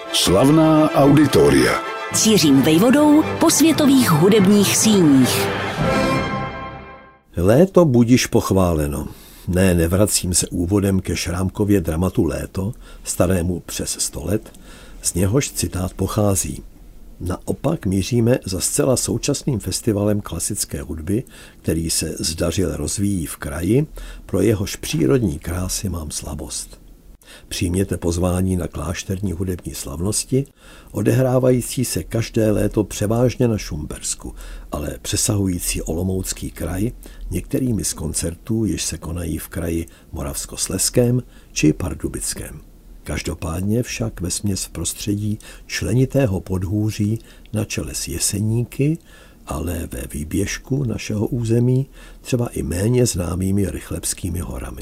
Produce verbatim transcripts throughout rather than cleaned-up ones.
Slavná auditoria. Cířím vejvodou po světových hudebních síních. Léto budiš pochváleno. Ne, nevracím se úvodem ke Šrámkově dramatu Léto, starému přes sto let, z něhož citát pochází. Naopak míříme za zcela současným festivalem klasické hudby, který se zdařile rozvíjí v kraji, pro jehož přírodní krásy mám slabost. Přijměte pozvání na klášterní hudební slavnosti, odehrávající se každé léto převážně na Šumpersku, ale přesahující Olomoucký kraj některými z koncertů, jež se konají v kraji Moravskoslezském či Pardubickém. Každopádně však vesměs v prostředí členitého podhůří na čele s Jeseníky, ale ve výběžku našeho území třeba i méně známými Rychlebskými horami.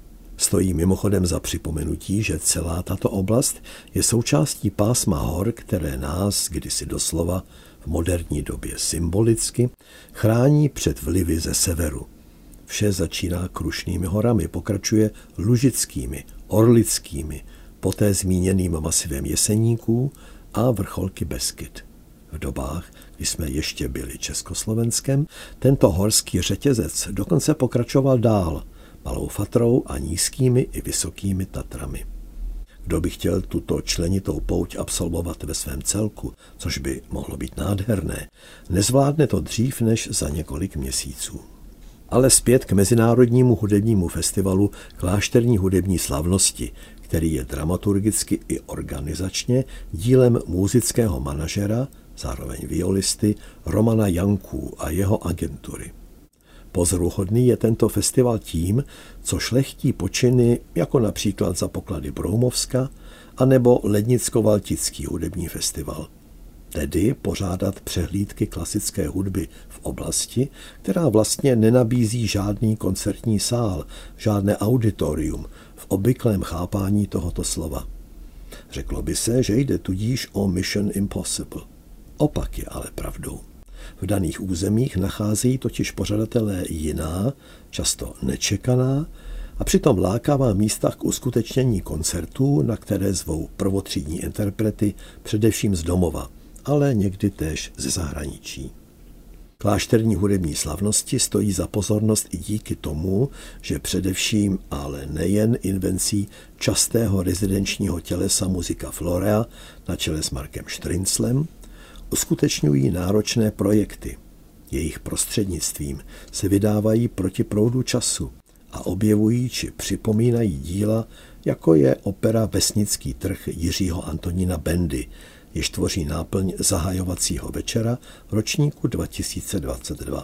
Stojí mimochodem za připomenutí, že celá tato oblast je součástí pásma hor, které nás kdysi doslova v moderní době symbolicky chrání před vlivy ze severu. Vše začíná Krušnými horami, pokračuje Lužickými, Orlickými, poté zmíněným masivem Jeseníků a vrcholky Beskyd. V dobách, kdy jsme ještě byli Československem, tento horský řetězec dokonce pokračoval dál, Malou Fatrou a nízkými i vysokými Tatrami. Kdo by chtěl tuto členitou pouť absolvovat ve svém celku, což by mohlo být nádherné, nezvládne to dřív než za několik měsíců. Ale zpět k Mezinárodnímu hudebnímu festivalu klášterní hudební slavnosti, který je dramaturgicky i organizačně dílem múzického manažera, zároveň violisty, Romana Janků a jeho agentury. Pozoruhodný je tento festival tím, co šlechtí počiny, jako například Za poklady Broumovska, anebo Lednicko-Valtický hudební festival. Tedy pořádat přehlídky klasické hudby v oblasti, která vlastně nenabízí žádný koncertní sál, žádné auditorium v obvyklém chápání tohoto slova. Řeklo by se, že jde tudíž o Mission Impossible. Opak je ale pravdou. V daných územích nacházejí totiž pořadatelé jiná, často nečekaná a přitom lákavá místa k uskutečnění koncertů, na které zvou prvotřídní interprety především z domova, ale někdy též ze zahraničí. Klášterní hudební slavnosti stojí za pozornost i díky tomu, že především, ale nejen invencí častého rezidenčního tělesa Musica Florea na čele s Markem Štrynclem, uskutečňují náročné projekty. Jejich prostřednictvím se vydávají proti proudu času a objevují či připomínají díla, jako je opera Vesnický trh Jiřího Antonína Bendy, jež tvoří náplň zahajovacího večera ročníku dva tisíce dvacet dva.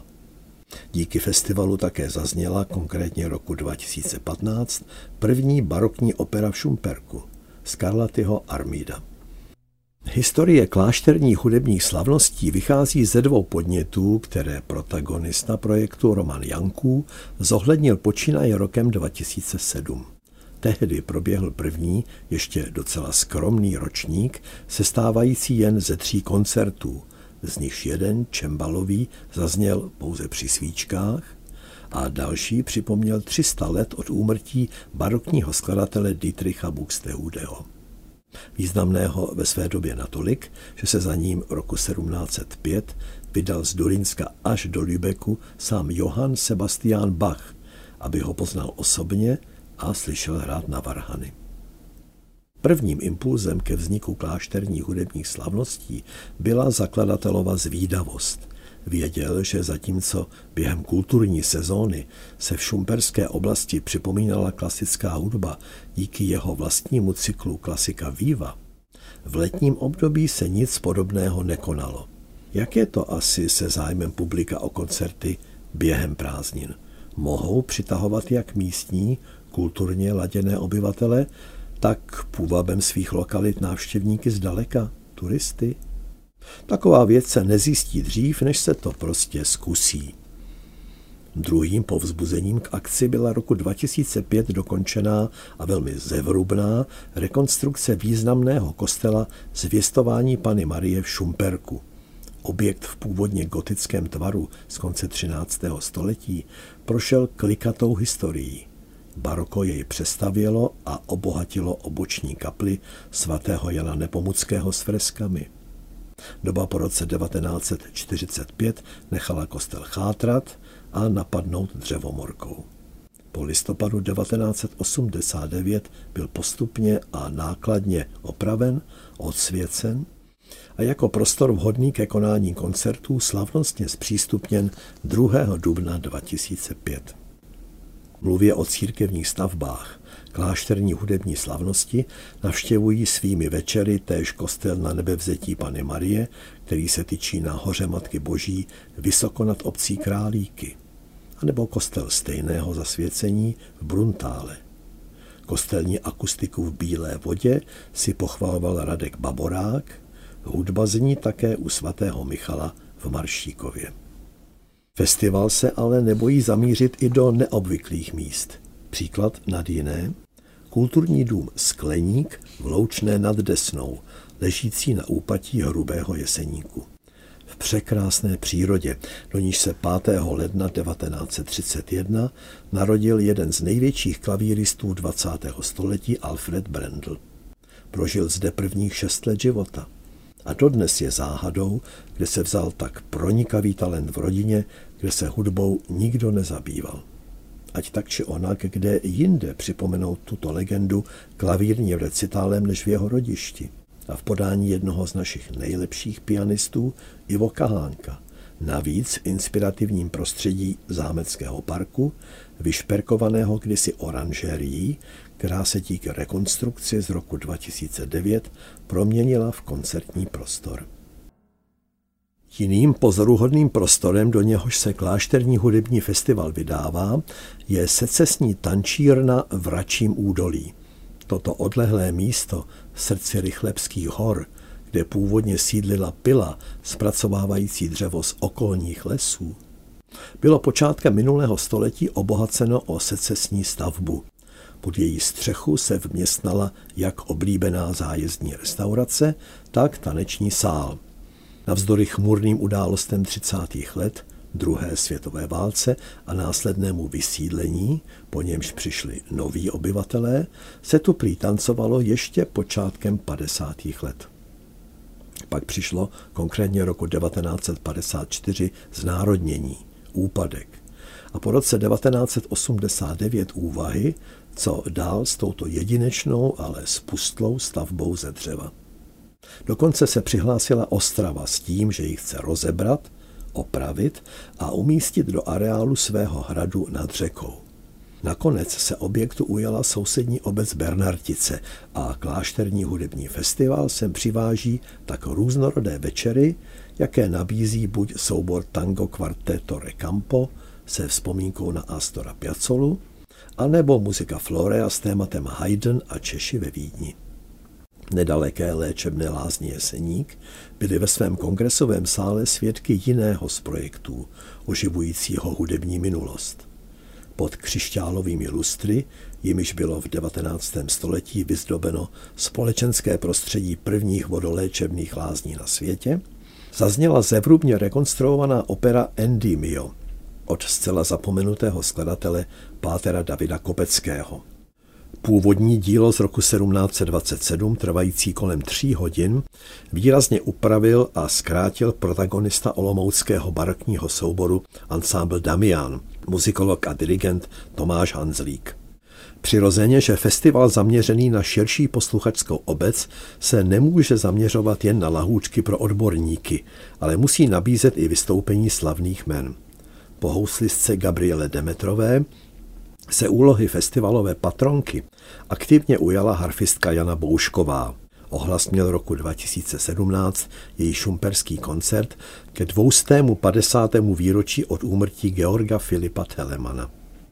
Díky festivalu také zazněla konkrétně roku dva tisíce patnáct první barokní opera v Šumperku Scarlattiho Armida. Historie klášterních hudebních slavností vychází ze dvou podnětů, které protagonista projektu Roman Janků zohlednil počínaje rokem dva tisíce sedm. Tehdy proběhl první, ještě docela skromný ročník, sestávající jen ze tří koncertů, z nichž jeden, čembalový, zazněl pouze při svíčkách a další připomněl tři sta let od úmrtí barokního skladatele Dietricha Buxtehudeho. Významného ve své době natolik, že se za ním roku sedmnáct set pět vydal z Durynska až do Lübecku sám Johann Sebastian Bach, aby ho poznal osobně a slyšel hrát na varhany. Prvním impulzem ke vzniku klášterních hudebních slavností byla zakladatelova zvídavost. Věděl, že zatímco během kulturní sezóny se v šumperské oblasti připomínala klasická hudba díky jeho vlastnímu cyklu Klasika Viva, v letním období se nic podobného nekonalo. Jak je to asi se zájmem publika o koncerty během prázdnin? Mohou přitahovat jak místní, kulturně laděné obyvatele, tak půvabem svých lokalit návštěvníky zdaleka, turisty? Taková věc se nezjistí dřív, než se to prostě zkusí. Druhým povzbuzením k akci byla roku dva tisíce pět dokončená a velmi zevrubná rekonstrukce významného kostela Zvěstování Panny Marie v Šumperku. Objekt v původně gotickém tvaru z konce třináctého století prošel klikatou historií. Baroko jej přestavělo a obohatilo oboční kapli svatého Jana Nepomuckého s freskami. Doba po roce devatenáct set čtyřicet pět nechala kostel chátrat a napadnout dřevomorkou. Po listopadu devatenáct set osmdesát devět byl postupně a nákladně opraven, odsvěcen a jako prostor vhodný ke konání koncertů slavnostně zpřístupněn druhého dubna dva tisíce pět. Mluvě o církevních stavbách klášterní hudební slavnosti navštěvují svými večery též kostel Na Nebevzetí Panny Marie, který se tyčí na hoře Matky Boží vysoko nad obcí Králíky, anebo kostel stejného zasvěcení v Bruntále. Kostelní akustiku v Bílé vodě si pochvaloval Radek Baborák, hudba zní také u svatého Michala v Maršíkově. Festival se ale nebojí zamířit i do neobvyklých míst. Příklad nad jiné. Kulturní dům Skleník v Loučné nad Desnou, ležící na úpatí Hrubého Jeseníku. V překrásné přírodě, do níž se pátého ledna devatenáct set třicet jedna narodil jeden z největších klavíristů dvacátého století Alfred Brendel. Prožil zde prvních šest let života. A dodnes je záhadou, kde se vzal tak pronikavý talent v rodině, kde se hudbou nikdo nezabýval. Ať tak či onak, kde jinde připomenout tuto legendu klavírním recitálem než v jeho rodišti a v podání jednoho z našich nejlepších pianistů Ivo Kahánka. Navíc v inspirativním prostředí zámeckého parku, vyšperkovaného kdysi oranžérií, která se díky rekonstrukci z roku dva tisíce devět proměnila v koncertní prostor. Jiným pozoruhodným prostorem, do něhož se klášterní hudební festival vydává, je secesní tančírna v Račím údolí. Toto odlehlé místo v srdci Rychlebských hor, kde původně sídlila pila zpracovávající dřevo z okolních lesů, bylo počátkem minulého století obohaceno o secesní stavbu. Pod její střechu se vměstnala jak oblíbená zájezdní restaurace, tak taneční sál. Navzdory chmurným událostem třicátých let, druhé světové válce a následnému vysídlení, po němž přišli noví obyvatelé, se tu prý tancovalo ještě počátkem padesátých let. Pak přišlo konkrétně roku devatenáct set padesát čtyři znárodnění, úpadek a po roce devatenáct set osmdesát devět úvahy, co dál s touto jedinečnou, ale spustlou stavbou ze dřeva. Dokonce se přihlásila Ostrava s tím, že ji chce rozebrat, opravit a umístit do areálu svého hradu nad řekou. Nakonec se objektu ujala sousední obec Bernartice a klášterní hudební festival sem přiváží tak různorodé večery, jaké nabízí buď soubor tango kvarteto Recampo se vzpomínkou na Astora Piazzolu, anebo muzika Florea s tématem Haydn a Češi ve Vídni. Nedaleké léčebné lázně Jeseník byly ve svém kongresovém sále svědky jiného z projektů, oživujícího hudební minulost. Pod křišťálovými lustry, jimiž bylo v devatenáctém století vyzdobeno společenské prostředí prvních vodoléčebných lázní na světě, zazněla zevrubně rekonstruovaná opera Endymio od zcela zapomenutého skladatele pátera Davida Kopeckého. Původní dílo z roku sedmnáct set dvacet sedm, trvající kolem tří hodin, výrazně upravil a zkrátil protagonista olomouckého barokního souboru Ensemble Damian, muzikolog a dirigent Tomáš Hanzlík. Přirozeně, že festival zaměřený na širší posluchačskou obec se nemůže zaměřovat jen na lahůčky pro odborníky, ale musí nabízet i vystoupení slavných jmen. Po houslistce Gabriele Demetrové se úlohy festivalové patronky aktivně ujala harfistka Jana Boušková. Ohlas měl roku dva tisíce sedmnáct její šumperský koncert ke dvoustému padesátému výročí od úmrtí Georga Filipa Telemana.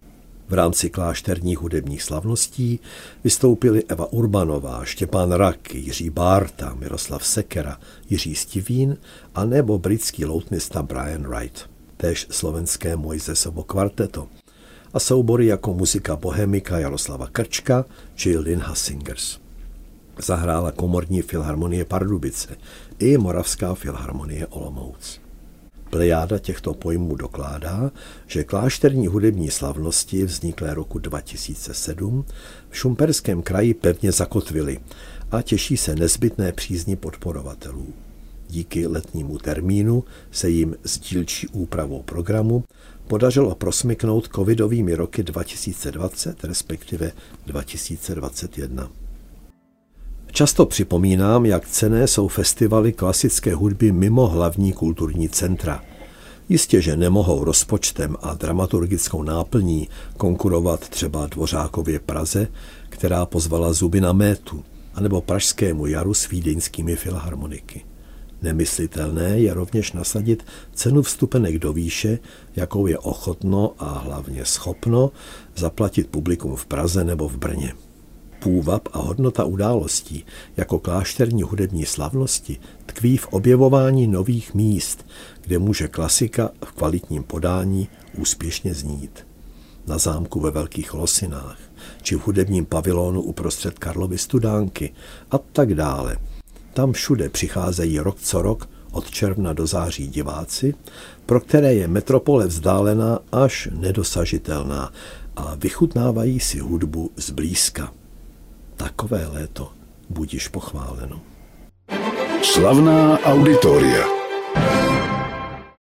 V rámci klášterních hudebních slavností vystoupili Eva Urbanová, Štěpán Rak, Jiří Bárta, Miroslav Sekera, Jiří Stivín a nebo britský loutnista Brian Wright, též slovenské Mojzesovo kvarteto a soubory jako muzika Bohemika Jaroslava Krčka či Linha Singers. Zahrála komorní filharmonie Pardubice i Moravská filharmonie Olomouc. Plejáda těchto pojmů dokládá, že klášterní hudební slavnosti vzniklé roku dva tisíce sedm v Šumperském kraji pevně zakotvily a těší se nezbytné přízni podporovatelů. Díky letnímu termínu se jim s dílčí úpravou programu podařilo prosmyknout covidovými roky dva tisíce dvacet, respektive dva tisíce dvacet jedna. Často připomínám, jak cenné jsou festivaly klasické hudby mimo hlavní kulturní centra. Jistě, že nemohou rozpočtem a dramaturgickou náplní konkurovat třeba Dvořákově Praze, která pozvala Zuby na métu, anebo Pražskému jaru s vídeňskými filharmoniky. Nemyslitelné je rovněž nasadit cenu vstupenek do výše, jakou je ochotno a hlavně schopno zaplatit publikum v Praze nebo v Brně. Půvab a hodnota událostí jako klášterní hudební slavnosti tkví v objevování nových míst, kde může klasika v kvalitním podání úspěšně znít. Na zámku ve Velkých Losinách, či v hudebním pavilonu uprostřed Karlovy Studánky a tak dále. Tam všude přicházejí rok co rok od června do září diváci, pro které je metropole vzdálená až nedosažitelná a vychutnávají si hudbu zblízka. Takové léto budiž pochváleno. Slavná auditoria.